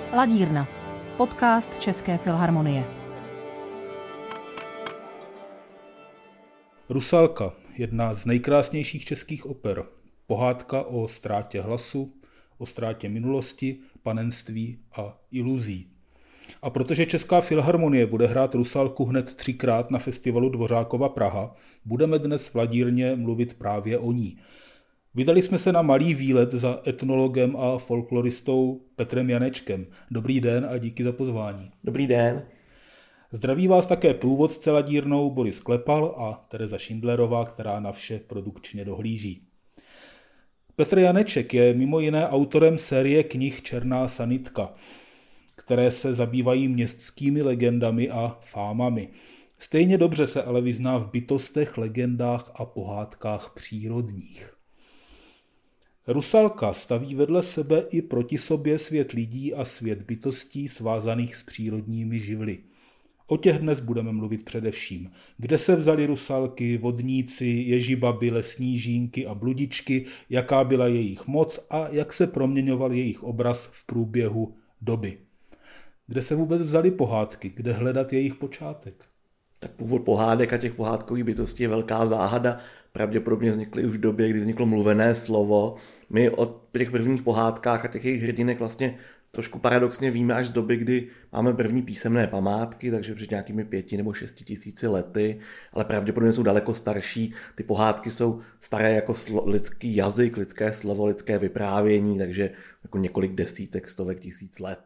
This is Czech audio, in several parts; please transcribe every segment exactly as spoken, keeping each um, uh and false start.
Ladírna, podcast České filharmonie. Rusalka, jedna z nejkrásnějších českých oper. Pohádka o ztrátě hlasu, o ztrátě minulosti, panenství a iluzí. A protože Česká filharmonie bude hrát Rusalku hned třikrát na festivalu Dvořákova Praha, budeme dnes v Ladírně mluvit právě o ní. Vydali jsme se na malý výlet za etnologem a folkloristou Petrem Janečkem. Dobrý den a díky za pozvání. Dobrý den. Zdraví vás také průvodce Ladírnou Boris Klepal a Tereza Šindlerová, která na vše produkčně dohlíží. Petr Janeček je mimo jiné autorem série knih Černá sanitka, které se zabývají městskými legendami a fámami. Stejně dobře se ale vyzná v bytostech, legendách a pohádkách přírodních. Rusalka staví vedle sebe i proti sobě svět lidí a svět bytostí svázaných s přírodními živly. O těch dnes budeme mluvit především. Kde se vzaly rusalky, vodníci, ježibaby, lesní žínky a bludičky, jaká byla jejich moc a jak se proměňoval jejich obraz v průběhu doby. Kde se vůbec vzaly pohádky, kde hledat jejich počátek? Tak původ pohádek a těch pohádkových bytostí je velká záhada. Pravděpodobně vznikly už v době, kdy vzniklo mluvené slovo. My o těch prvních pohádkách a těch jejich hrdinek vlastně trošku paradoxně víme až z doby, kdy máme první písemné památky, takže před nějakými pěti nebo šesti tisíci lety, ale pravděpodobně jsou daleko starší. Ty pohádky jsou staré jako slo- lidský jazyk, lidské slovo, lidské vyprávění, takže jako několik desítek, stovek tisíc let.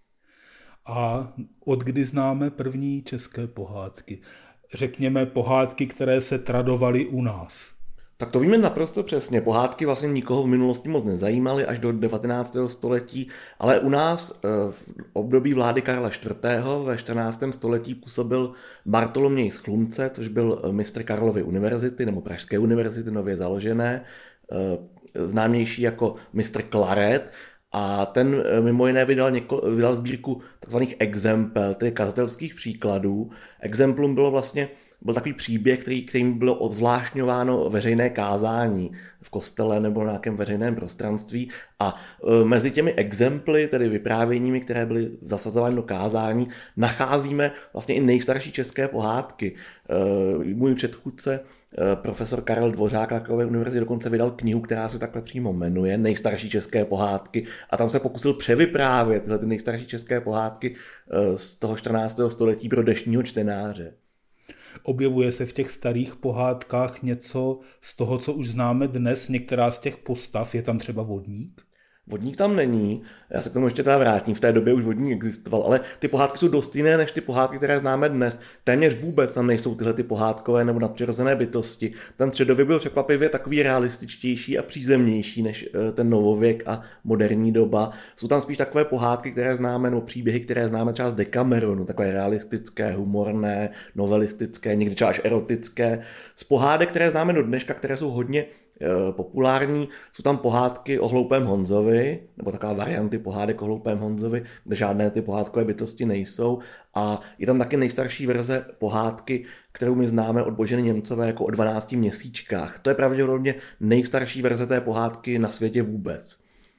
A od kdy známe první české pohádky? Řekněme pohádky, které se tradovaly u nás. Tak to víme naprosto přesně. Pohádky vlastně nikoho v minulosti moc nezajímaly až do devatenáctého století, ale u nás v období vlády Karla čtvrtého. ve čtrnáctém století působil Bartoloměj z Chlumce, což byl mistr Karlovy univerzity nebo Pražské univerzity nově založené, známější jako mistr Klaret. A ten mimo jiné vydal, něko, vydal sbírku takzvaných exempel, tedy kazatelských příkladů. Exemplum bylo vlastně byl takový příběh, který, kterým bylo odzvláštňováno veřejné kázání v kostele nebo na nějakém veřejném prostranství. A e, mezi těmi exemply, tedy vyprávěními, které byly zasazovány do kázání, nacházíme vlastně i nejstarší české pohádky. E, můj předchůdce, e, profesor Karel Dvořák na Karlově univerzitě dokonce vydal knihu, která se takhle přímo jmenuje Nejstarší české pohádky. A tam se pokusil převyprávět tyhle ty nejstarší české pohádky e, z toho čtrnáctého století pro dnešního čtenáře. Objevuje se v těch starých pohádkách něco z toho, co už známe dnes, některá z těch postav, je tam třeba vodník? Vodník tam není, já se k tomu ještě teda vrátím, v té době už vodník existoval, ale ty pohádky jsou dost jiné než ty pohádky, které známe dnes. Téměř vůbec tam nejsou tyhle ty pohádkové nebo nadpřirozené bytosti. Ten středověk byl překvapivě takový realističtější a přízemnější než ten novověk a moderní doba. Jsou tam spíš takové pohádky, které známe, nebo příběhy, které známe třeba z Decameronu, takové realistické, humorné, novelistické, někdy třeba až erotické. Z pohádek, které známe do dneška, které jsou hodně populární, jsou tam pohádky o hloupém Honzovi, nebo taková varianty pohádek o hloupém Honzovi, kde žádné ty pohádkové bytosti nejsou. A je tam taky nejstarší verze pohádky, kterou my známe od Boženy Němcové jako o dvanácti měsíčkách. To je pravděpodobně nejstarší verze té pohádky na světě vůbec.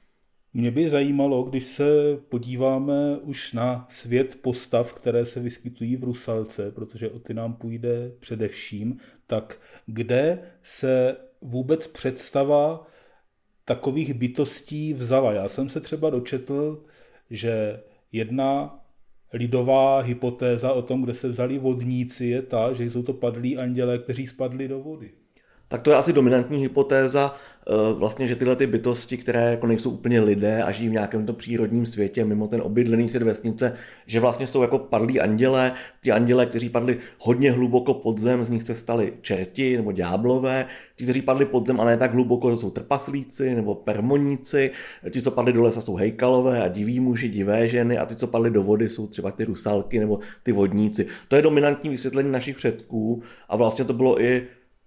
Mě by zajímalo, když se podíváme už na svět postav, které se vyskytují v Rusalce, protože o ty nám půjde především, tak kde se vůbec představa takových bytostí vzala. Já jsem se třeba dočetl, že jedna lidová hypotéza o tom, kde se vzali vodníci, je ta, že jsou to padlí andělé, kteří spadli do vody. Tak to je asi dominantní hypotéza, vlastně, že tyhle ty bytosti, které jako nejsou úplně lidé a žijí v nějakém tom přírodním světě, mimo ten obydlený svět vesnice, že vlastně jsou jako padlí andělé, ti andělé, kteří padli hodně hluboko pod zem, z nich se stali čerti nebo ďáblové, ti, kteří padli pod zem a ne tak hluboko, to jsou trpaslíci nebo permoníci, ti, co padli do lesa, jsou hejkalové a diví muži, divé ženy a ti, co padli do vody, jsou třeba ty rusalky nebo ty vodníci. To je dominantní vysvětlení našich předků a vlastně to bylo i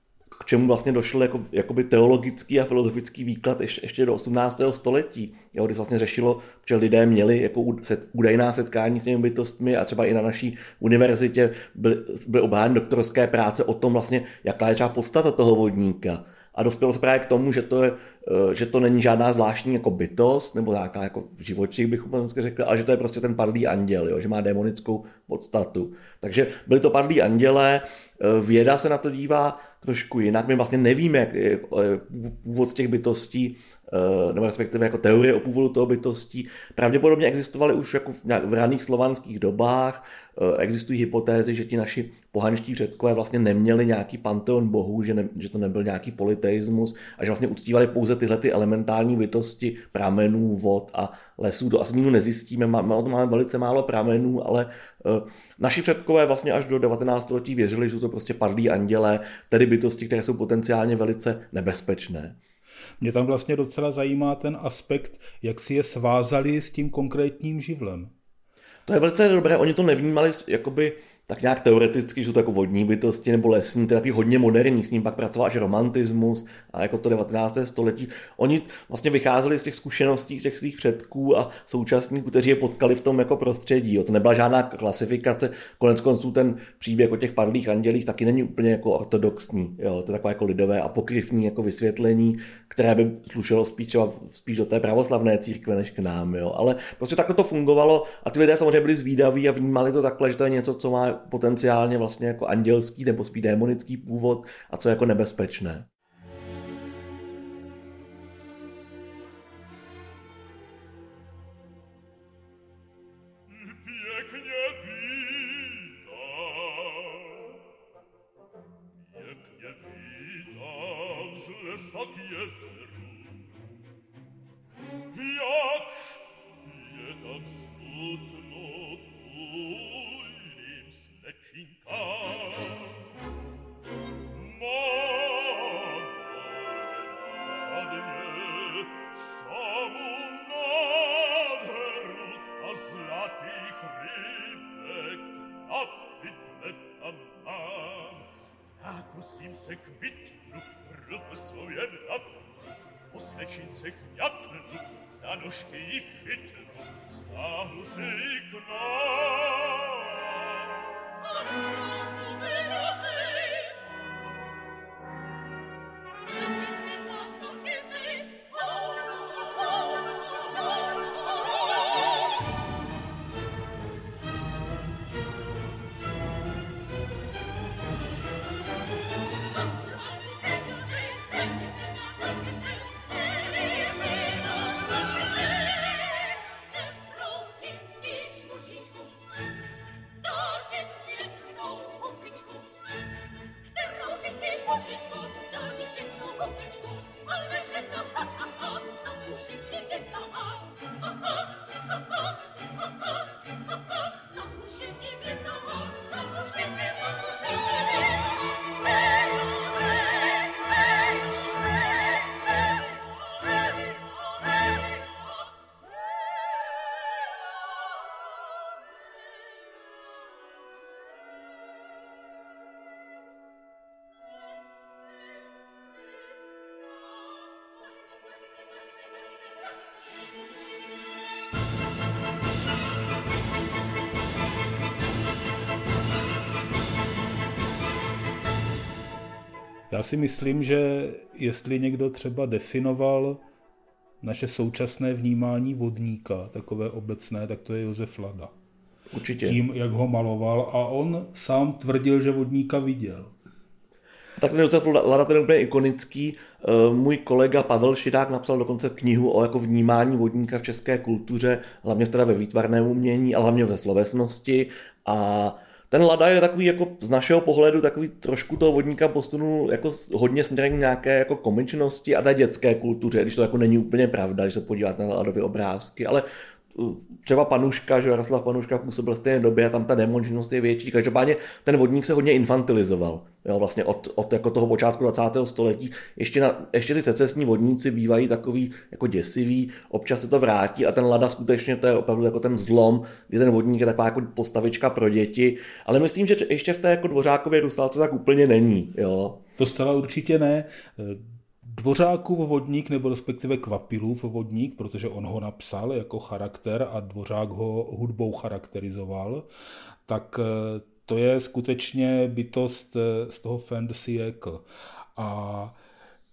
k čemu vlastně došel jako, jakoby teologický a filozofický výklad ještě, ještě do osmnáctého století, jo, kdy se vlastně řešilo, že lidé měli jako set, údajná setkání s těmi bytostmi a třeba i na naší univerzitě byly, byly obhájeny doktorské práce o tom vlastně, jaká je třeba podstata toho vodníka. a dospělo se právě k tomu, že to, je, že to není žádná zvláštní jako bytost, nebo nějaká jako živočich, bych úplně řekl, ale že to je prostě ten padlý anděl, jo, že má démonickou podstatu. Takže byli to padlí andělé, věda se na to dívá trošku jinak, my vlastně nevíme, jak je původ těch bytostí, nebo respektive jako teorie o původu toho bytostí. Pravděpodobně existovaly už jako v raných slovanských dobách, existují hypotézy, že ti naši pohanští předkové vlastně neměli nějaký panteon bohů, že, ne, že to nebyl nějaký polyteismus a že vlastně uctívali pouze tyhle ty elementální bytosti pramenů, vod a lesů. To asi nikdo nezjistíme, máme, máme velice málo pramenů, ale uh, naši předkové vlastně až do devatenáctého století věřili, že jsou to prostě padlí andělé, tedy bytosti, které jsou potenciálně velice nebezpečné. Mě tam vlastně docela zajímá ten aspekt, jak si je svázali s tím konkrétním živlem. To je velice dobré, oni to nevnímali jakoby tak nějak teoreticky, že jsou to jako vodní bytosti nebo lesní, to je takový hodně moderní, s ním pak pracoval až romantismus a jako to devatenácté století. Oni vlastně vycházeli z těch zkušeností z těch svých předků a současníků, kteří je potkali v tom jako prostředí. Jo. To nebyla žádná klasifikace, konec konců ten příběh o těch padlých andělích taky není úplně jako ortodoxní. Jo. To je takové jako lidové apokryfní jako vysvětlení, které by slušelo spíš třeba spíš do té pravoslavné církve než k nám. Jo. Ale prostě takhle to fungovalo a ty lidé samozřejmě byli zvídaví a vnímali to takhle, že to je něco, co má potenciálně vlastně jako andělský nebo spíš démonický původ a co je jako nebezpečné. Musím se kmitnu, ruku svoje napnu, oslečince chňapnu, za nožky jich chytnu, stáhnu se i k nám. A stáhnu byla hej, aby si nás to chytej, Já si myslím, že jestli někdo třeba definoval naše současné vnímání vodníka, takové obecné, tak to je Josef Lada. Určitě. Tím, jak ho maloval a on sám tvrdil, že vodníka viděl. Tak ten Josef Lada, ten je úplně ikonický. Můj kolega Pavel Širák napsal dokonce knihu o jako vnímání vodníka v české kultuře, hlavně teda ve výtvarném umění, ale hlavně ve slovesnosti. A ten Lada je takový jako z našeho pohledu takový trošku toho vodníka posunul jako hodně směrem nějaké jako komičnosti a té dětské kultuře, když to jako není úplně pravda, když se podíváte na Ladovy obrázky, ale třeba Panuška, že Jaroslav Panuška působil v té době a tam ta demoničnost je větší. Každopádně ten vodník se hodně infantilizoval. Jo, vlastně od, od jako toho počátku dvacátého století. Ještě, na, ještě ty secesní vodníci bývají takový jako děsivý, občas se to vrátí a ten Lada skutečně to je opravdu jako ten zlom, kdy ten vodník je taková jako postavička pro děti. Ale myslím, že ještě v té jako Dvořákově Rusálce tak úplně není. Jo. To zcela určitě ne. Dvořákův vodník, nebo respektive Kvapilův vodník, protože on ho napsal jako charakter a Dvořák ho hudbou charakterizoval, tak to je skutečně bytost z toho fin de siècle. A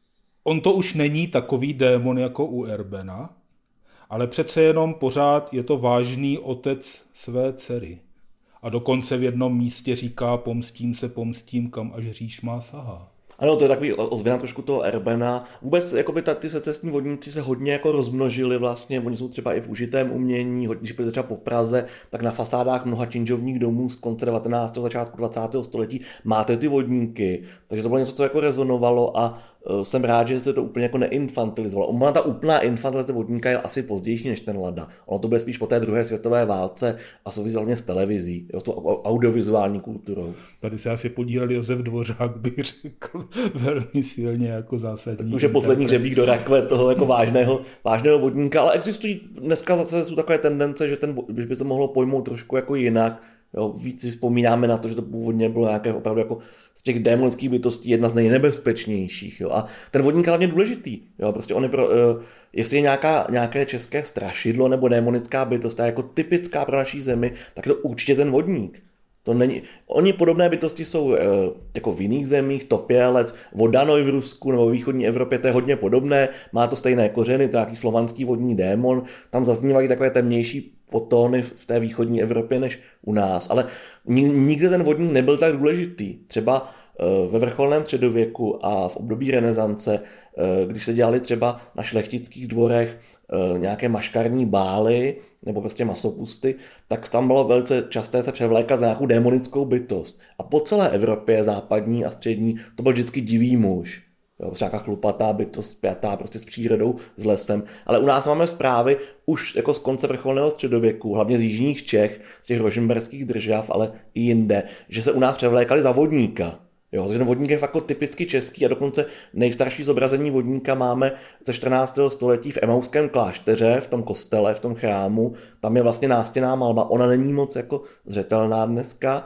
On to už není takový démon jako u Erbena, ale přece jenom pořád je to vážný otec své dcery. A dokonce v jednom místě říká: pomstím se, pomstím, kam až říš má sahá. Ano, to je takový ozvěna trošku toho Erbena. Vůbec jakoby ta, ty secesní vodníci se hodně jako rozmnožili vlastně, oni jsou třeba i v užitém umění, hodně, když byli třeba po Praze, tak na fasádách mnoha činžovních domů z konce devatenáctého začátku dvacátého století máte ty vodníky, takže to bylo něco, co jako rezonovalo a uh, jsem rád, že se to úplně jako neinfantilizovalo. Ona ta úplná infantilizace vodníka je asi pozdější než ten Lada. Ono to bude spíš po té druhé světové válce a souvisí hlavně s televizí, jo, s tou audiovizuální kulturou. Tady se asi podílel Josef Dvořák, bych řekl, velmi silně jako zásadní. To už je poslední hřebík do rakve toho jako vážného, vážného vodníka, ale existují dneska zase jsou takové tendence, že ten by se mohlo pojmout trošku jako jinak. Jo, víc si vzpomínáme na to, že to původně bylo nějaké opravdu jako z těch démonických bytostí jedna z nejnebezpečnějších. Jo. A ten vodník je hlavně důležitý. Jo. Prostě on je pro, uh, jestli je nějaká, nějaké české strašidlo nebo démonická bytost, a jako typická pro naší zemi, tak je to určitě ten vodník. To není, oni podobné bytosti jsou e, jako v jiných zemích, topělec, vodanoj v Rusku nebo v východní Evropě, to je hodně podobné, má to stejné kořeny, to je nějaký slovanský vodní démon, tam zaznívají takové temnější potóny v té východní Evropě než u nás, ale nikdy ten vodník nebyl tak důležitý. Třeba e, ve vrcholném středověku a v období renesance, e, když se dělali třeba na šlechtických dvorech e, nějaké maškarní bály, nebo prostě masopusty, tak tam bylo velice časté se převlékat za nějakou démonickou bytost. A po celé Evropě, západní a střední, to byl vždycky divý muž. Jo, prostě nějaká chlupatá bytost spjatá prostě s přírodou, s lesem. Ale u nás máme zprávy už jako z konce vrcholného středověku, hlavně z jižních Čech, z těch rožmberských držav, ale i jinde, že se u nás převlékali za vodníka. Jo, takže ten vodník je fakt typicky český a dokonce nejstarší zobrazení vodníka máme ze čtrnáctého století v Emauském klášteře, v tom kostele, v tom chrámu. Tam je vlastně nástěnná malba, ona není moc jako zřetelná dneska.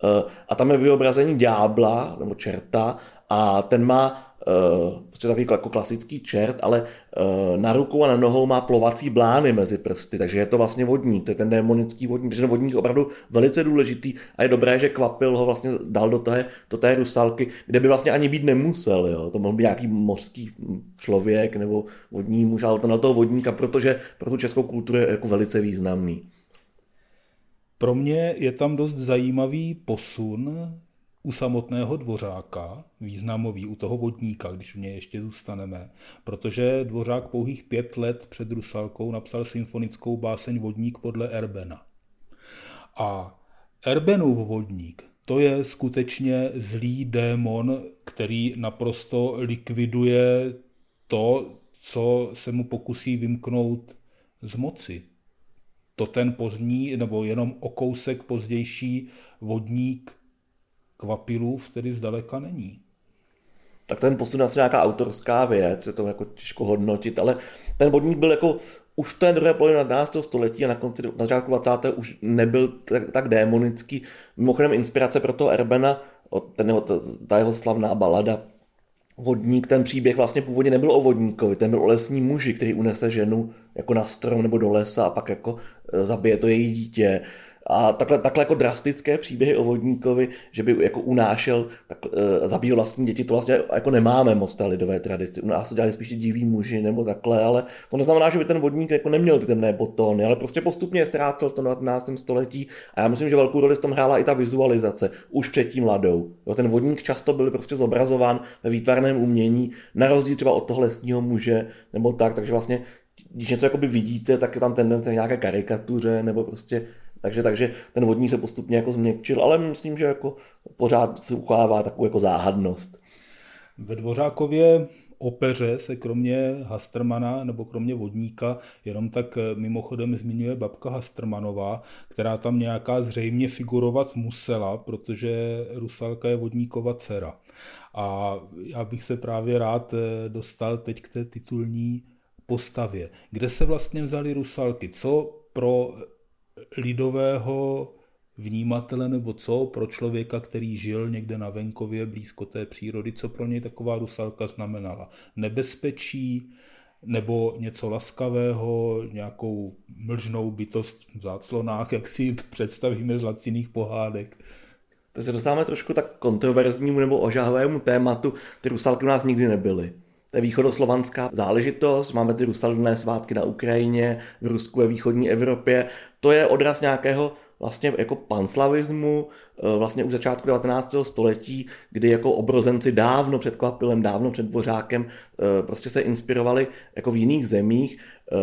A tam je vyobrazení ďábla nebo čerta a ten má Uh, prostě takový jako klasický čert, ale uh, na rukou a na nohou má plovací blány mezi prsty, takže je to vlastně vodník, to je ten démonický vodník, protože ten vodník je opravdu velice důležitý a je dobré, že Kvapil ho vlastně dal do té, do té Rusalky, kde by vlastně ani být nemusel, jo. To mohl být nějaký mořský člověk nebo vodní muž, ale to na toho vodníka, protože pro tu českou kulturu je jako velice významný. Pro mě je tam dost zajímavý posun u samotného Dvořáka, významový, u toho vodníka, když u něj ještě zůstaneme, protože Dvořák pouhých pět let před Rusalkou napsal symfonickou báseň Vodník podle Erbena. A Erbenův vodník, to je skutečně zlý démon, který naprosto likviduje to, co se mu pokusí vymknout z moci. To ten pozdní, nebo jenom o kousek pozdější vodník Kvapilův tedy zdaleka není. Tak ten posun je asi nějaká autorská věc, je to jako těžko hodnotit, ale ten vodník byl jako už v té druhé polovině devatenáctého století a na konci na začátku dvacátého už nebyl tak, tak démonický. Mimochodem inspirace pro toho Erbena, ten jeho, ta jeho slavná balada Vodník, ten příběh vlastně původně nebyl o vodníkovi, ten byl o lesní muži, který unese ženu jako na strom nebo do lesa a pak jako zabije to její dítě. A takhle, takhle jako drastické příběhy o vodníkovi, že by jako unášel, tak, e, zabíjel vlastní děti, to vlastně jako nemáme moc té lidové tradici. U nás to dělali spíš diví muži nebo takhle, ale to neznamená, že by ten vodník jako neměl ty temné potony, ale prostě postupně ztrácel to na devatenáctém století a já myslím, že velkou roli v tom hrála i ta vizualizace, už před tím Ladou. Jo, ten vodník často byl prostě zobrazován ve výtvarném umění, na rozdíl třeba od toho lesního muže nebo tak, takže vlastně když něco jakoby vidíte, tak je tam tendence k nějaké karikatuře nebo prostě Takže, takže ten vodník se postupně jako změkčil, ale myslím, že jako pořád se uchává takovou jako záhadnost. Ve Dvořákově opeře se kromě Hastermana nebo kromě vodníka jenom tak mimochodem zmiňuje babka Hastermanová, která tam nějaká zřejmě figurovat musela, protože Rusalka je vodníkova dcera. A já bych se právě rád dostal teď k té titulní postavě. Kde se vlastně vzaly Rusalky? Co pro lidového vnímatele nebo co pro člověka, který žil někde na venkově blízko té přírody, co pro něj taková Rusalka znamenala? Nebezpečí nebo něco laskavého, nějakou mlžnou bytost v záclonách, jak si představíme z laciných pohádek? To se dostáváme trošku tak kontroverznímu nebo ožahavému tématu. Ty Rusalky u nás nikdy nebyly. to je východoslovanská záležitost, máme ty rusalné svátky na Ukrajině, v Rusku, ve východní Evropě, to je odraz nějakého vlastně jako panslavismu, vlastně už začátku devatenáctého století, kdy jako obrozenci dávno před Kvapilem, dávno před Dvořákem prostě se inspirovali jako v jiných zemích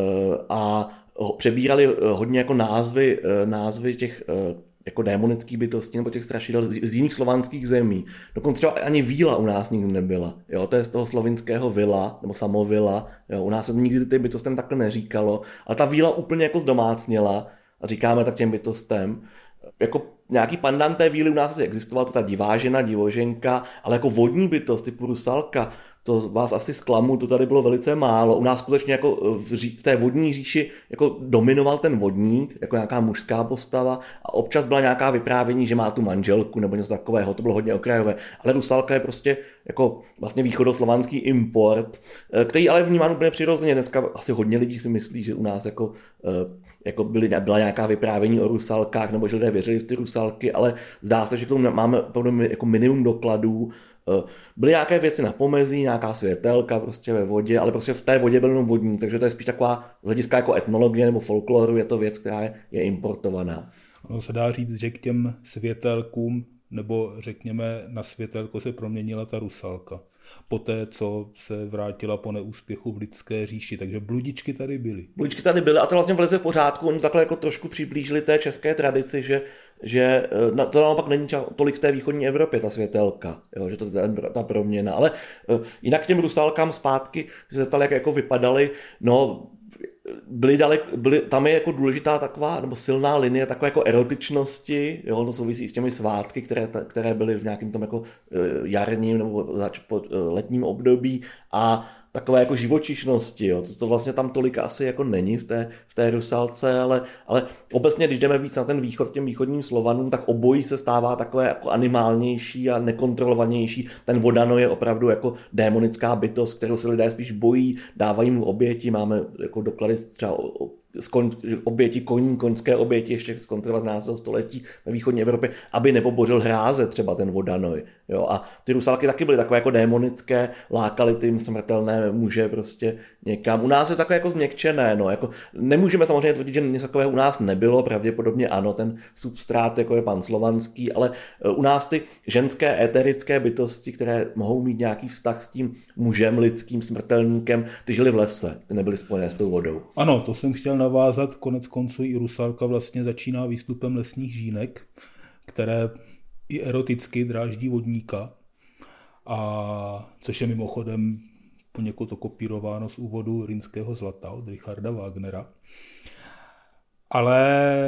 a přebírali hodně jako názvy, názvy těch jako démonických bytostí nebo těch strašidel z jiných slovanských zemí. Dokonce třeba ani víla u nás nikdy nebyla. Jo, to je z toho slovinského vila, nebo samovila. Jo, u nás se nikdy ty bytostem takhle neříkalo, ale ta víla úplně jako zdomácněla a říkáme tak těm bytostem. Jako nějaký pandant té víly u nás asi existoval, to ta divážena, divoženka, ale jako vodní bytost typu rusalka, to vás asi zklamu, to tady bylo velice málo. U nás skutečně jako v, ří, v té vodní říši jako dominoval ten vodník, jako nějaká mužská postava a občas byla nějaká vyprávění, že má tu manželku nebo něco takového, to bylo hodně okrajové. Ale rusalka je prostě jako vlastně východoslovanský import, který ale vnímán úplně přirozeně. Dneska asi hodně lidí si myslí, že u nás jako, jako byly, byla nějaká vyprávění o rusalkách nebo že lidé věřili v ty rusalky, ale zdá se, že k tomu máme jako minimum dokladů. Byly nějaké věci na pomezí, nějaká světelka prostě ve vodě, ale prostě v té vodě byl jenom vodní, takže to je spíš taková z hlediska jako etnologie nebo folkloru, je to věc, která je, je importovaná. Ono se dá říct, že k těm světelkům, nebo řekněme na světelko se proměnila ta rusalka. Poté, co se vrátila po neúspěchu v lidské říši, takže bludičky tady byly. Bludičky tady byly a to vlastně velice v pořádku, oni takhle jako trošku přiblížili té české tradici, že, že to naopak není tolik v té východní Evropě ta světelka, jo, že to je ta proměna, ale jinak k těm rusalkám zpátky, že se ptali, jak jako vypadaly, no byly dalek, byly, tam je jako důležitá taková, nebo silná linie takové jako erotičnosti, jo, to souvisí s těmi svátky, které, které byly v nějakém tom jako jarním nebo zač, po, letním období a takové jako živočišnosti, jo, to, to vlastně tam tolik asi jako není v té, v té rusalce, ale, ale obecně, když jdeme víc na ten východ těm východním Slovanům, tak obojí se stává takové jako animálnější a nekontrolovanější. Ten Vodano je opravdu jako démonická bytost, kterou se lidé spíš bojí, dávají mu oběti, máme jako doklady třeba o, o skon, oběti koní, koňské oběti ještě z konce devatenáctého století ve východní Evropě, aby nepobořil hráze třeba ten Vodanoj. Jo? A ty rusalky taky byly takové jako démonické, lákaly ty smrtelné muže prostě někam. U nás je takové jako změkčené, no, jako nemůžeme samozřejmě tvrdit, že něco takového u nás nebylo, pravděpodobně ano, ten substrát jako je panslovanský, ale u nás ty ženské éterické bytosti, které mohou mít nějaký vztah s tím mužem, lidským smrtelníkem, ty žili v lese, ty nebyly spojené s tou vodou. Ano, to jsem chtěl navázat, konec konců i rusalka vlastně začíná výstupem lesních žínek, které i eroticky dráždí vodníka, a což je mimochodem poněkud okopírováno z úvodu Rýnského zlata od Richarda Wagnera. Ale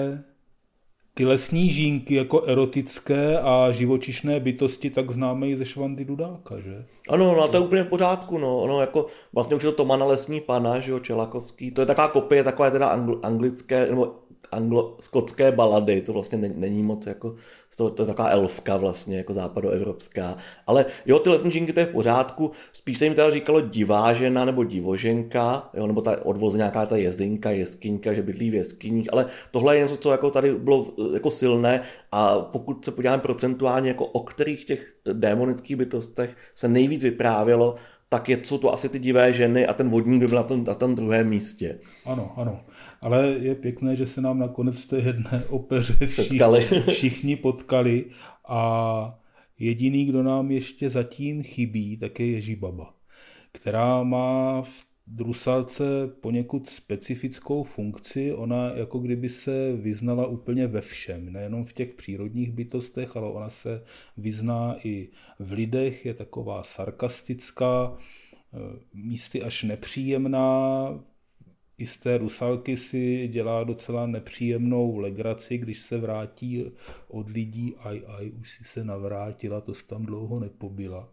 ty lesní žínky jako erotické a živočišné bytosti tak známe i ze Švandy Dudáka, že? Ano, no to je úplně v pořádku, no, ono jako vlastně už je to Tomana lesní pana, že jo, Čelakovský, to je taková kopie, takové teda angl, anglické, nebo anglo-skotské balady, to vlastně není moc jako, to je taková elfka vlastně, jako západoevropská, ale jo, ty lesní žínky to je v pořádku, spíš se jim teda říkalo divá žena nebo divoženka, jo, nebo ta odvoz nějaká ta jezinka, jeskyňka, že bydlí v jeskyních, ale tohle je něco, co jako tady bylo jako silné a pokud se podíváme procentuálně, jako o kterých těch démonických bytostech se nejvíc vyprávělo, tak je, jsou to asi ty divé ženy a ten vodník by byl na tom, na tom druhém místě. Ano, ano. Ale je pěkné, že se nám nakonec v té jedné opeře všichni, všichni potkali a jediný, kdo nám ještě zatím chybí, tak je Ježibaba, která má v rusalce poněkud specifickou funkci. Ona jako kdyby se vyznala úplně ve všem, nejenom v těch přírodních bytostech, ale ona se vyzná i v lidech, je taková sarkastická, místy až nepříjemná. I z té rusalky si dělá docela nepříjemnou legraci, když se vrátí od lidí, aj, aj, už si se navrátila, to jsi tam dlouho nepobila.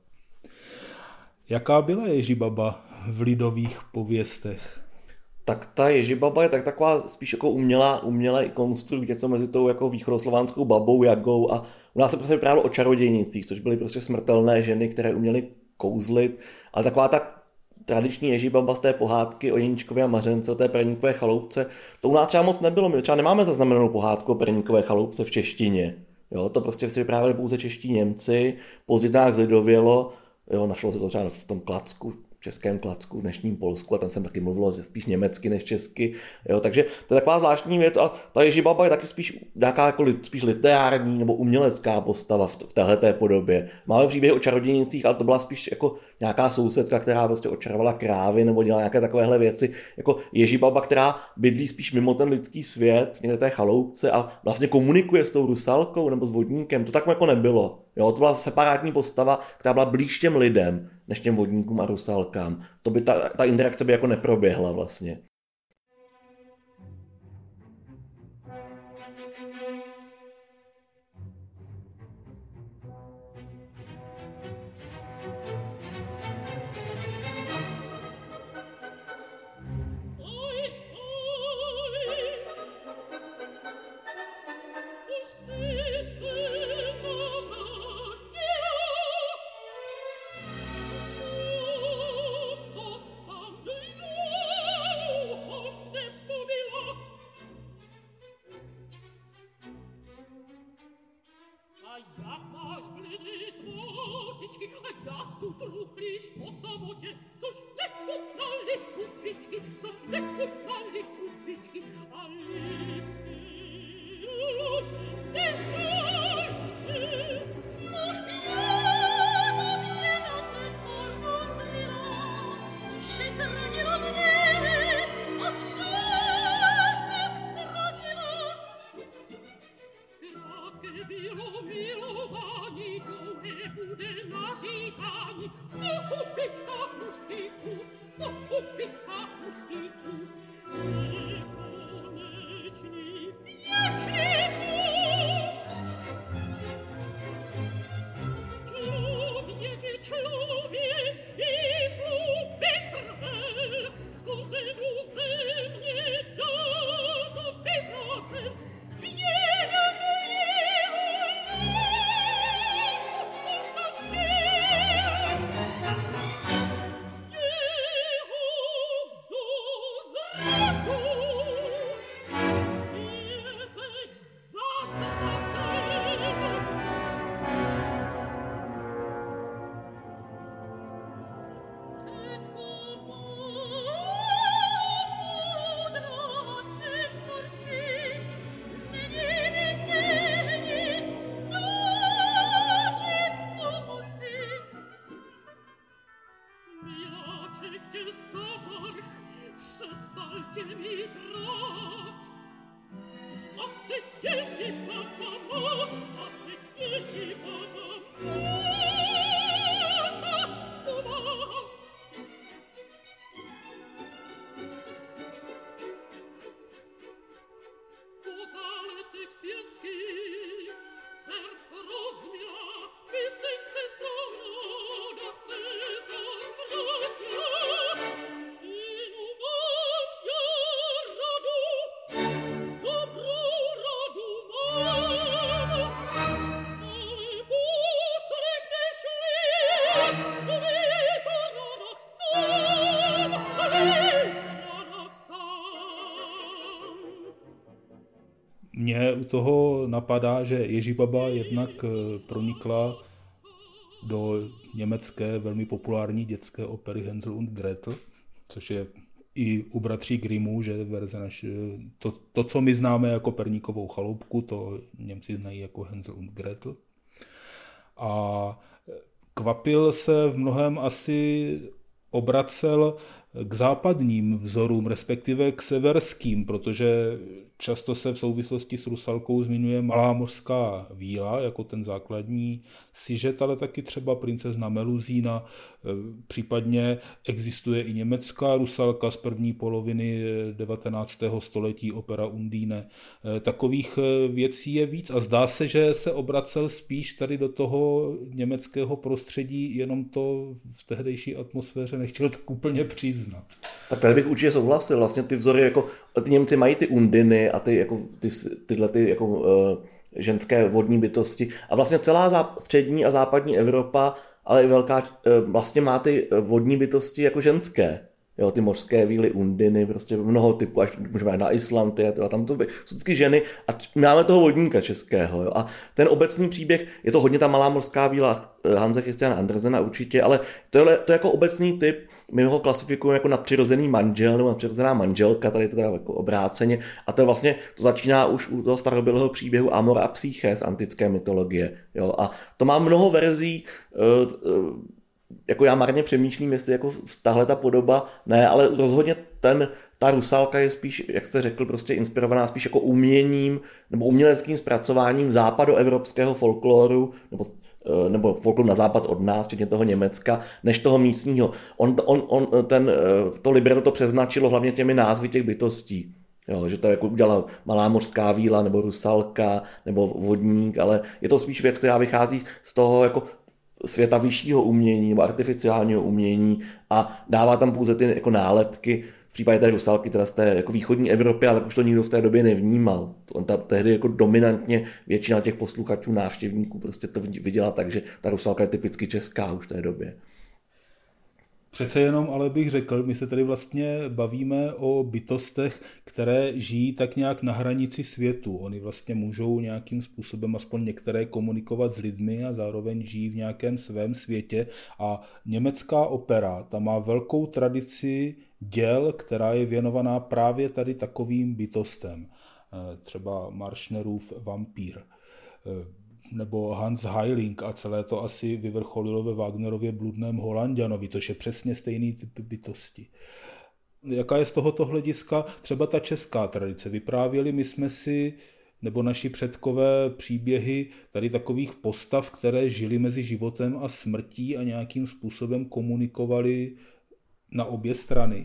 Jaká byla Ježibaba v lidových pověstech? Tak ta Ježibaba je tak taková spíš jako umělá, umělé konstrukt, něco mezi tou jako východoslovanskou babou, Jagou, a u nás se prostě vyprávělo o čarodějnicích, což byly prostě smrtelné ženy, které uměly kouzlit, ale taková ta tradiční Ježibaba z té pohádky o Jeníčkově a Mařence, o té perníkové chaloupce, to u nás třeba moc nebylo. My třeba nemáme zaznamenanou pohádku o perníkové chaloupce v češtině. Jo, to prostě si vyprávěli pouze čeští Němci, později tak zlidovělo, jo, našlo se to třeba v tom Klacku, českém Klacku, v dnešním Polsku, a tam jsem taky mluvil spíš německy než česky, jo, takže to je taková zvláštní věc a ta Ježibaba je taky spíš nějaká jako li, spíš literární nebo umělecká postava v, v téhleté podobě. Máme příběhy o čarodějnicích, ale to byla spíš jako nějaká sousedka, která prostě očarovala krávy nebo dělala nějaké takovéhle věci, jako Ježibaba, která bydlí spíš mimo ten lidský svět, někde té chaloupce a vlastně komunikuje s tou rusalkou nebo s vodníkem, to tak jako nebylo. Jo, to byla separátní postava, která byla blíž těm lidem, než těm vodníkům a rusalkám. To by ta, ta interakce by jako neproběhla vlastně. Mě u toho napadá, že Ježibaba jednak pronikla do německé velmi populární dětské opery Hänsel und Gretel, což je i u bratří Grimmů, že verze naš, to, to, co my známe jako Perníkovou chaloupku, to Němci znají jako Hänsel und Gretel. A Kvapil se v mnohém asi obracel k západním vzorům, respektive k severským, protože často se v souvislosti s Rusalkou zmiňuje Malá mořská víla jako ten základní sižet, ale taky třeba Princezna Meluzína, případně existuje i německá Rusalka z první poloviny devatenáctého století, opera Undine. Takových věcí je víc a zdá se, že se obracel spíš tady do toho německého prostředí, jenom to v tehdejší atmosféře nechtěl tak úplně přiznat. Tak tady bych určitě souhlasil, vlastně ty vzory, jako ty Němci mají ty Undiny a ty, jako, ty, tyhle ty, jako, uh, ženské vodní bytosti a vlastně celá záp- střední a západní Evropa, ale i velká, uh, vlastně má ty vodní bytosti jako ženské. Jo, ty mořské víly Undiny, prostě mnoho typů, až můžeme na Island, je to, a tam to by, jsou vždycky ženy a máme toho vodníka českého. Jo. A ten obecný příběh, je to hodně ta malá mořská víla Hanse Christiana Andersena určitě, ale to je, to je jako obecný typ, my ho klasifikujeme jako nadpřirozený manžel nebo nadpřirozená manželka, tady to teda jako obráceně, a to vlastně to začíná už u toho starobylého příběhu Amor a Psyche z antické mytologie. Jo. A to má mnoho verzí, uh, uh, jako já marně přemýšlím, jestli jako tahle ta podoba, ne, ale rozhodně ten, ta Rusalka je spíš, jak jste řekl, prostě inspirovaná spíš jako uměním nebo uměleckým zpracováním západoevropského folkloru, nebo, nebo folkloru na západ od nás, včetně toho Německa, než toho místního. On, on, on, ten, to libretto to přeznačilo hlavně těmi názvy těch bytostí. Jo, že to jako udělala malá mořská víla, nebo Rusalka, nebo vodník, ale je to spíš věc, která vychází z toho jako světa vyššího umění nebo artificiálního umění a dává tam pouze ty jako nálepky, v případě té Rusalky, teda z té jako východní Evropy, ale už to nikdo v té době nevnímal. On ta, tehdy jako dominantně většina těch posluchačů, návštěvníků prostě to viděla tak, že ta Rusalka je typicky česká už v té době. Přece jenom, ale bych řekl, my se tady vlastně bavíme o bytostech, které žijí tak nějak na hranici světu. Oni vlastně můžou nějakým způsobem aspoň některé komunikovat s lidmi a zároveň žijí v nějakém svém světě. A německá opera, ta má velkou tradici děl, která je věnovaná právě tady takovým bytostem. Třeba Marschnerův Vampír nebo Hans Heiling a celé to asi vyvrcholilo ve Wagnerově Bludném Holanďanovi, což je přesně stejný typ bytosti. Jaká je z tohoto hlediska třeba ta česká tradice? Vyprávěli my jsme si, nebo naši předkové, příběhy tady takových postav, které žili mezi životem a smrtí a nějakým způsobem komunikovali na obě strany?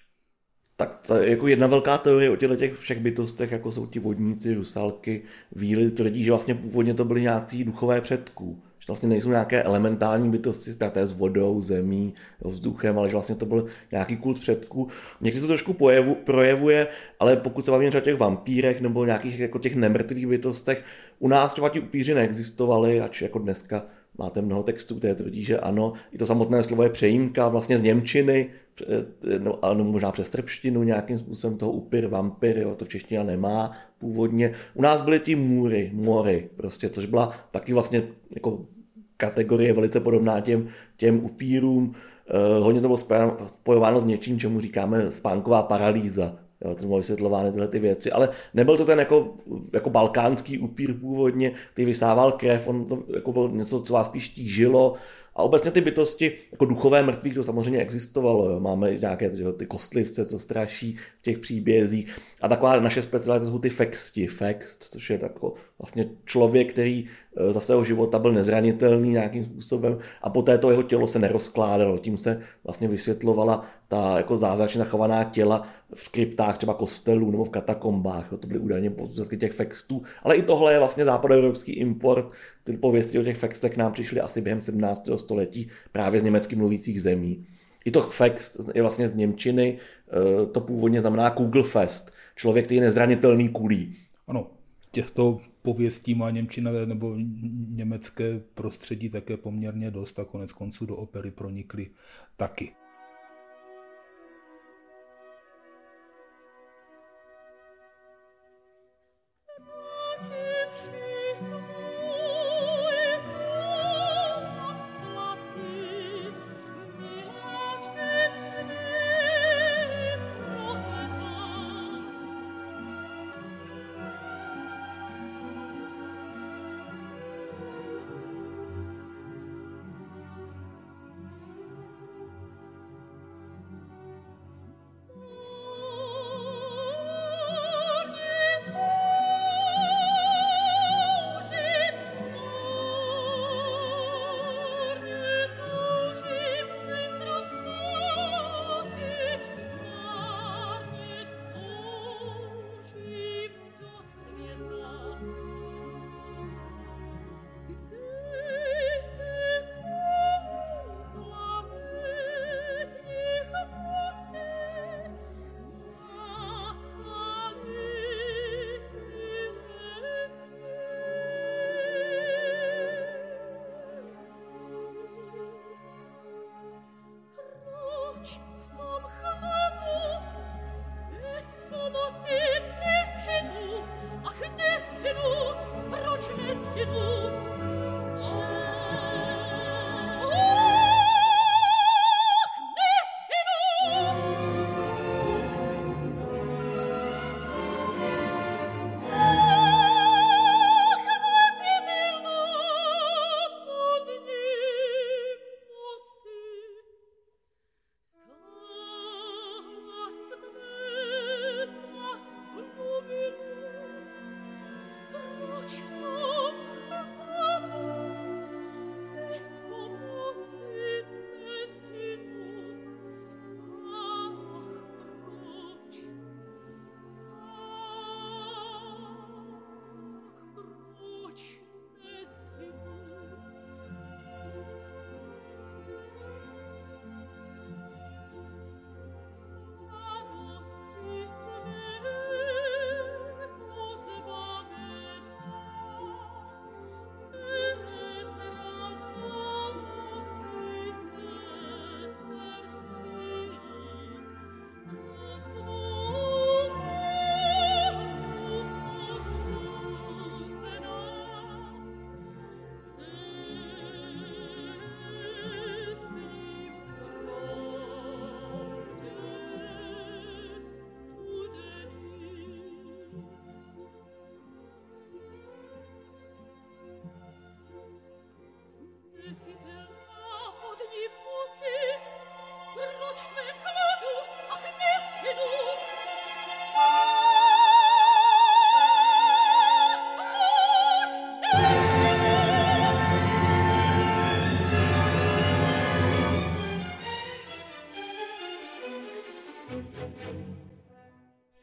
Tak to je jako jedna velká teorie o těchto těch všech bytostech, jako jsou ti vodníci, rusalky, víly, tvrdí, že vlastně původně to byly nějaký duchové předků. Že vlastně nejsou nějaké elementální bytosti spjaté s vodou, zemí, vzduchem, ale že vlastně to byl nějaký kult předků. Někdy se to trošku pojevu, projevuje, ale pokud se bavíme třeba o těch vampírech nebo nějakých jako těch nemrtvých bytostech, u nás třeba ti upíři neexistovali, ač jako dneska máte mnoho textů, které tvrdí, že ano. I to samotné slovo je přejímka vlastně z němčiny, no, ale možná přes srbštinu nějakým způsobem toho upir, vampir, jo, to v češtině nemá původně. U nás byly ti můry, mory, prostě, což byla taky vlastně jako kategorie velice podobná těm, těm upírům. Eh, hodně to bylo spojováno s něčím, čemu říkáme spánková paralýza. Jo, to bylo vysvětlovány tyhle ty věci, ale nebyl to ten jako, jako balkánský upír původně, který vysával krev, on to jako bylo něco, co vás spíš tížilo. A obecně ty bytosti, jako duchové mrtvých, to samozřejmě existovalo. Jo. Máme nějaké tyjo, ty kostlivce, co straší v těch příbězích. A taková naše specialita jsou ty fexti, fext, což je tako, vlastně člověk, který za svého života byl nezranitelný nějakým způsobem a poté to jeho tělo se nerozkládalo. Tím se vlastně vysvětlovala ta jako zázračně zachovaná těla v kryptách třeba kostelů nebo v katakombách. Jo. To byly údajně pozůstatky těch fextů. Ale i tohle je vlastně západoevropský import. Ty pověsti o těch fextech k nám přišly asi během sedmnáctého století právě z německy mluvících zemí. I to fext je vlastně z němčiny, to původně znamená Kugelfest, člověk, který je nezranitelný kulí. Ano, těchto pověstí má němčina nebo německé prostředí také poměrně dost a konec konců do opery pronikly taky.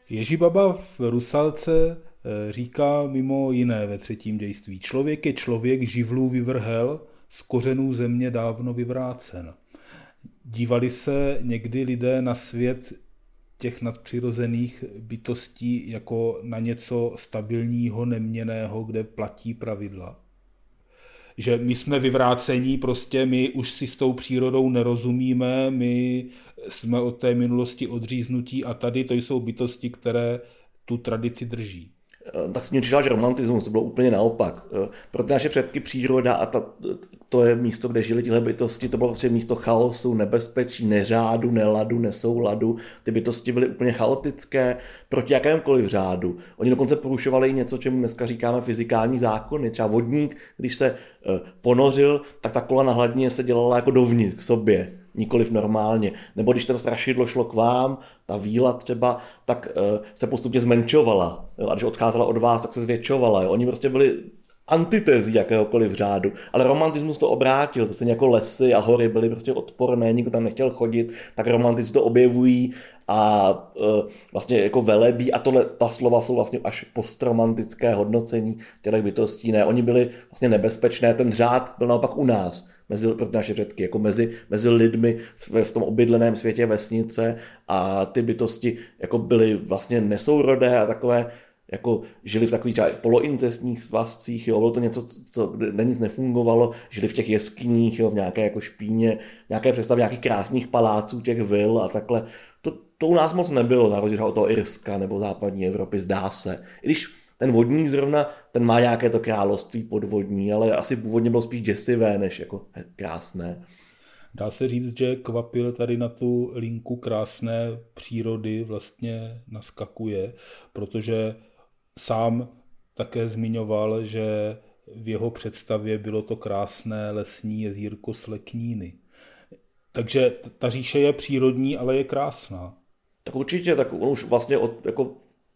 Ježibaba v Rusalce říká mimo jiné ve třetím dějství: člověk je člověk, živlů vyvrhel, z kořenů země dávno vyvrácen. Dívali se někdy lidé na svět těch nadpřirozených bytostí jako na něco stabilního, neměnného, kde platí pravidla? Že my jsme vyvrácení, prostě my už si s tou přírodou nerozumíme, my jsme od té minulosti odříznutí a tady to jsou bytosti, které tu tradici drží. Tak si mě přišel, že romantismus to bylo úplně naopak. Pro ty naše předky příroda a ta, to je místo, kde žili tyhle bytosti, to bylo prostě místo chaosu, nebezpečí, neřádu, neladu, nesouladu. Ty bytosti byly úplně chaotické proti jakémkoliv řádu. Oni dokonce porušovali i něco, čemu dneska říkáme fyzikální zákony. Třeba vodník, když se ponořil, tak ta kola na hladině se dělala jako dovnitř k sobě, nikoliv normálně. Nebo když to strašidlo šlo k vám, ta víla třeba, tak uh, se postupně zmenšovala. Jo? A když odcházela od vás, tak se zvětšovala. Jo? Oni prostě byli antitezí jakéhokoliv řádu. Ale romantismus to obrátil. To stejně jako lesy a hory byly prostě odporné, nikdo tam nechtěl chodit, tak romantici to objevují a uh, vlastně jako velebí. A tohle, ta slova jsou vlastně až postromantické hodnocení těch bytostí. Ne, oni byli vlastně nebezpečné. Ten řád byl naopak u nás, mezi pro naše předky, jako mezi, mezi lidmi v, v tom obydleném světě vesnice, a ty bytosti jako byly vlastně nesourodé a takové, jako žili v takových třeba poloincestních svazcích, jo, bylo to něco, co, kde nic nefungovalo, žili v těch jeskyních, jo, v nějaké jako špíně, nějaké představy nějakých krásných paláců, těch vil a takhle. To, to u nás moc nebylo, na rozdíl od toho Irska nebo západní Evropy, zdá se. I když ten vodník zrovna, ten má nějaké to království podvodní, ale asi původně bylo spíš děsivé, než jako krásné. Dá se říct, že Kvapil tady na tu linku krásné přírody vlastně naskakuje, protože sám také zmiňoval, že v jeho představě bylo to krásné lesní jezírko Slekníny. Takže ta říše je přírodní, ale je krásná. Tak určitě, tak on už vlastně od, jako,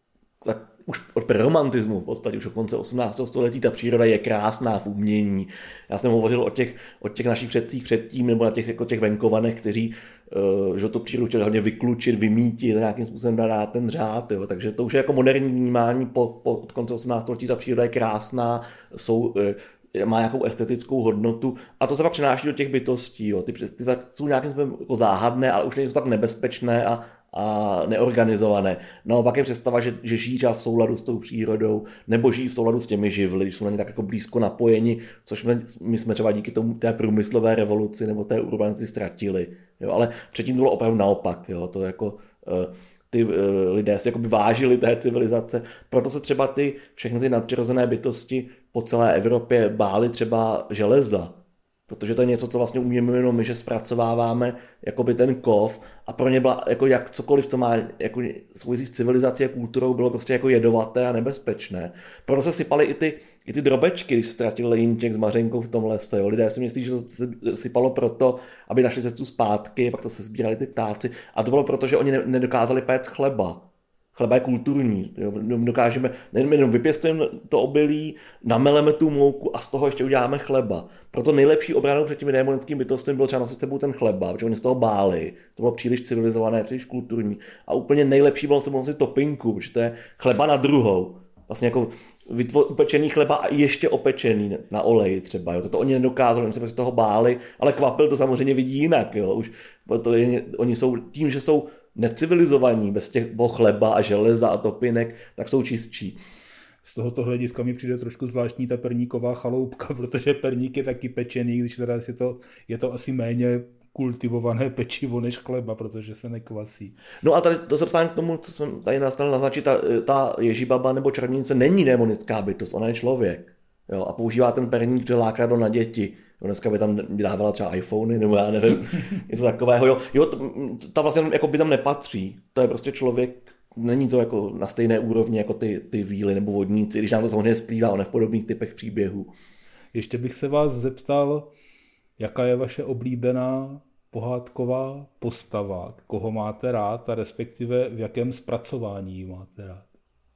tak už od preromantismu v podstatě, už od konce osmnáctého století ta příroda je krásná v umění. Já jsem hovořil o těch, o těch našich předcích předtím, nebo na těch, jako těch venkovanech, kteří uh, že tu přírodu chtěli hodně vyklučit, vymítit, nějakým způsobem dát ten řád. Jo. Takže to už je jako moderní vnímání po, po od konce osmnáctého století, ta příroda je krásná, jsou, uh, má nějakou estetickou hodnotu a to se pak přenáší do těch bytostí. Jo. Ty, ty jsou nějakým způsobem jako záhadné, ale už nejsou tak nebezpečné a a neorganizované. Naopak je představa, že, že žijí třeba v souladu s tou přírodou, nebo žijí v souladu s těmi živly, když jsou na ně tak jako blízko napojeni, což my, my jsme třeba díky tomu té průmyslové revoluci nebo té urbanizaci ztratili. Jo? Ale předtím to bylo opravdu naopak. Jo? To jako, uh, ty uh, lidé si jakoby vážili té civilizace, proto se třeba ty všechny ty nadpřirozené bytosti po celé Evropě báli třeba železa, protože to je něco, co vlastně umíme jenom my, že zpracováváme jakoby ten kov a pro ně byla jako jak cokoliv, co má jako souvisí s civilizací a kulturou, bylo prostě jako jedovaté a nebezpečné. Proto se sypaly i ty, i ty drobečky, když ztratil Jeníček s Mařenkou v tom lese. Jo. Lidé si myslí, že to se sypalo proto, aby našli cestu zpátky, pak to se sbírali ty ptáci. A to bylo proto, že oni nedokázali péct chleba. Chleba je kulturní, jo. Dokážeme, nejenom vypěstujeme to obilí, nameleme tu mouku a z toho ještě uděláme chleba. Proto nejlepší obranou před těmi démonickými bytostmi bylo třeba nosit s sebou ten chleba, protože oni z toho báli. To bylo příliš civilizované, příliš kulturní. A úplně nejlepší bylo s sebou nosit topinku, protože to je chleba na druhou. Vlastně jako vytvo- upečený chleba a ještě opečený na oleji třeba. Jo. Toto oni nedokázali, oni se prostě toho báli, ale Kvapil to samozřejmě vidí jinak. Jo. Už, to je, oni jsou tím, že jsou necivilizovaní, bez těch chleba a železa a topinek, tak jsou čistší. Z tohoto hlediska mi přijde trošku zvláštní ta perníková chaloupka, protože perník je taky pečený, když teda je to, je to asi méně kultivované pečivo než chleba, protože se nekvasí. No a tady to se dostávám k tomu, co jsem tady nastal naznačit, ta, ta Ježibaba nebo čarodějnice není démonická bytost, ona je člověk. Jo, a používá ten perník, že lákadlo na děti. Jo, dneska by tam dávala třeba iPhony, nebo já nevím, něco takového. Jo, jo ta vlastně jako by tam nepatří. To je prostě člověk, není to jako na stejné úrovni jako ty, ty víly nebo vodníci, když nám to samozřejmě splývá o nepodobných typech příběhů. Ještě bych se vás zeptal, jaká je vaše oblíbená pohádková postava, koho máte rád a respektive v jakém zpracování ji máte rád?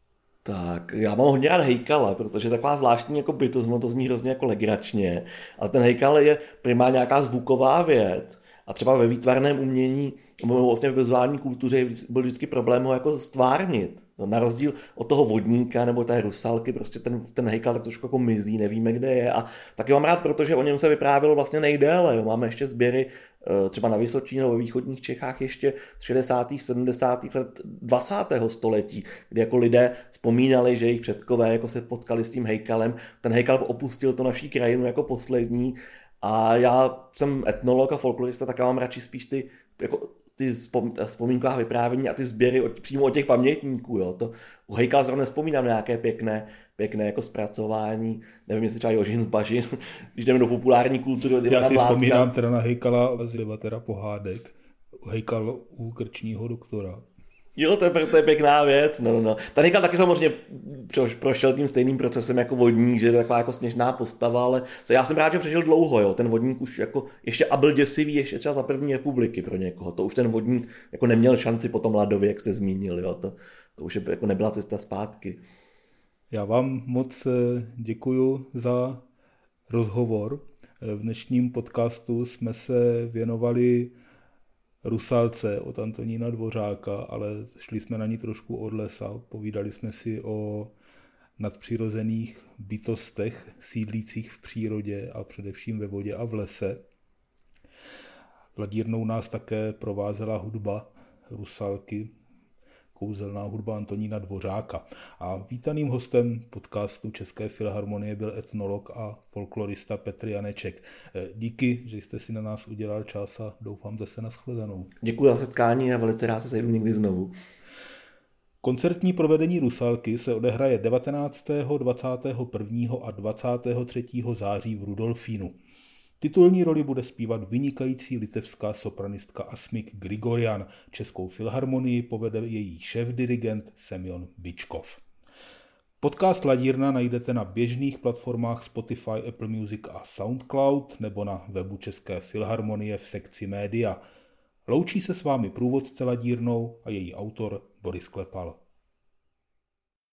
Tak, já mám hodně rád Hejkala, protože taková zvláštní jako bytost, to zní hrozně jako legračně, ale ten Hejkal je primárně nějaká zvuková věc a třeba ve výtvarném umění, nebo vlastně v vizuální kultuře byl vždycky problém ho jako stvárnit. Na rozdíl od toho vodníka nebo té Rusalky, prostě ten, ten hejkal tak trošku jako mizí, nevíme, kde je. A taky mám rád, protože o něm se vyprávělo vlastně nejdéle. Jo. Máme ještě sběry třeba na Vysočině nebo ve východních Čechách ještě z šedesátých sedmdesátých let dvacátého století, kdy jako lidé vzpomínali, že jejich předkové jako se potkali s tím hejkalem. Ten hejkal opustil to naší krajinu jako poslední. A já jsem etnolog a folklorista, tak já mám radši spíš ty jako ty vzpomínková vyprávění a ty sběry od, přímo od těch pamětníků. Jo. To, u hejkala zrovna nespomínám nějaké pěkné, pěkné jako zpracování, nevím, jestli třeba Jožin z Bažin, když jdeme do populární kultury. Já si vzpomínám teda na hejkala z Devatera pohádek, hejkal u krčního doktora. Jo, to je, to je pěkná věc. No, no, no. Ten hejkal taky samozřejmě prošel tím stejným procesem jako vodník, že je to taková jako směšná postava, ale já jsem rád, že přežil dlouho. Jo. Ten vodník už jako ještě a byl děsivý ještě třeba za první republiky pro někoho. To už ten vodník jako neměl šanci po tom ladově, jak jste zmínil. Jo. To, to už je, jako nebyla cesta zpátky. Já vám moc děkuju za rozhovor. V dnešním podcastu jsme se věnovali Rusalce od Antonína Dvořáka, ale šli jsme na ní trošku od lesa. Povídali jsme si o nadpřirozených bytostech sídlících v přírodě a především ve vodě a v lese. Ladírnou nás také provázela hudba Rusalky, kouzelná hudba Antonína Dvořáka. A vítaným hostem podcastu České filharmonie byl etnolog a folklorista Petr Janeček. Díky, že jste si na nás udělal čas a doufám zase na shledanou. Děkuji za setkání a velice rád se sejdu někdy znovu. Koncertní provedení Rusalky se odehraje devatenáctého, dvacátého prvního a dvacátého třetího září v Rudolfínu. Titulní roli bude zpívat vynikající litevská sopranistka Asmik Grigorian. Českou filharmonii povede její šéfdirigent Semjon Byčkov. Podcast Ladírna najdete na běžných platformách Spotify, Apple Music a SoundCloud nebo na webu České filharmonie v sekci média. Loučí se s vámi průvodce Ladírnou a její autor Boris Klepal.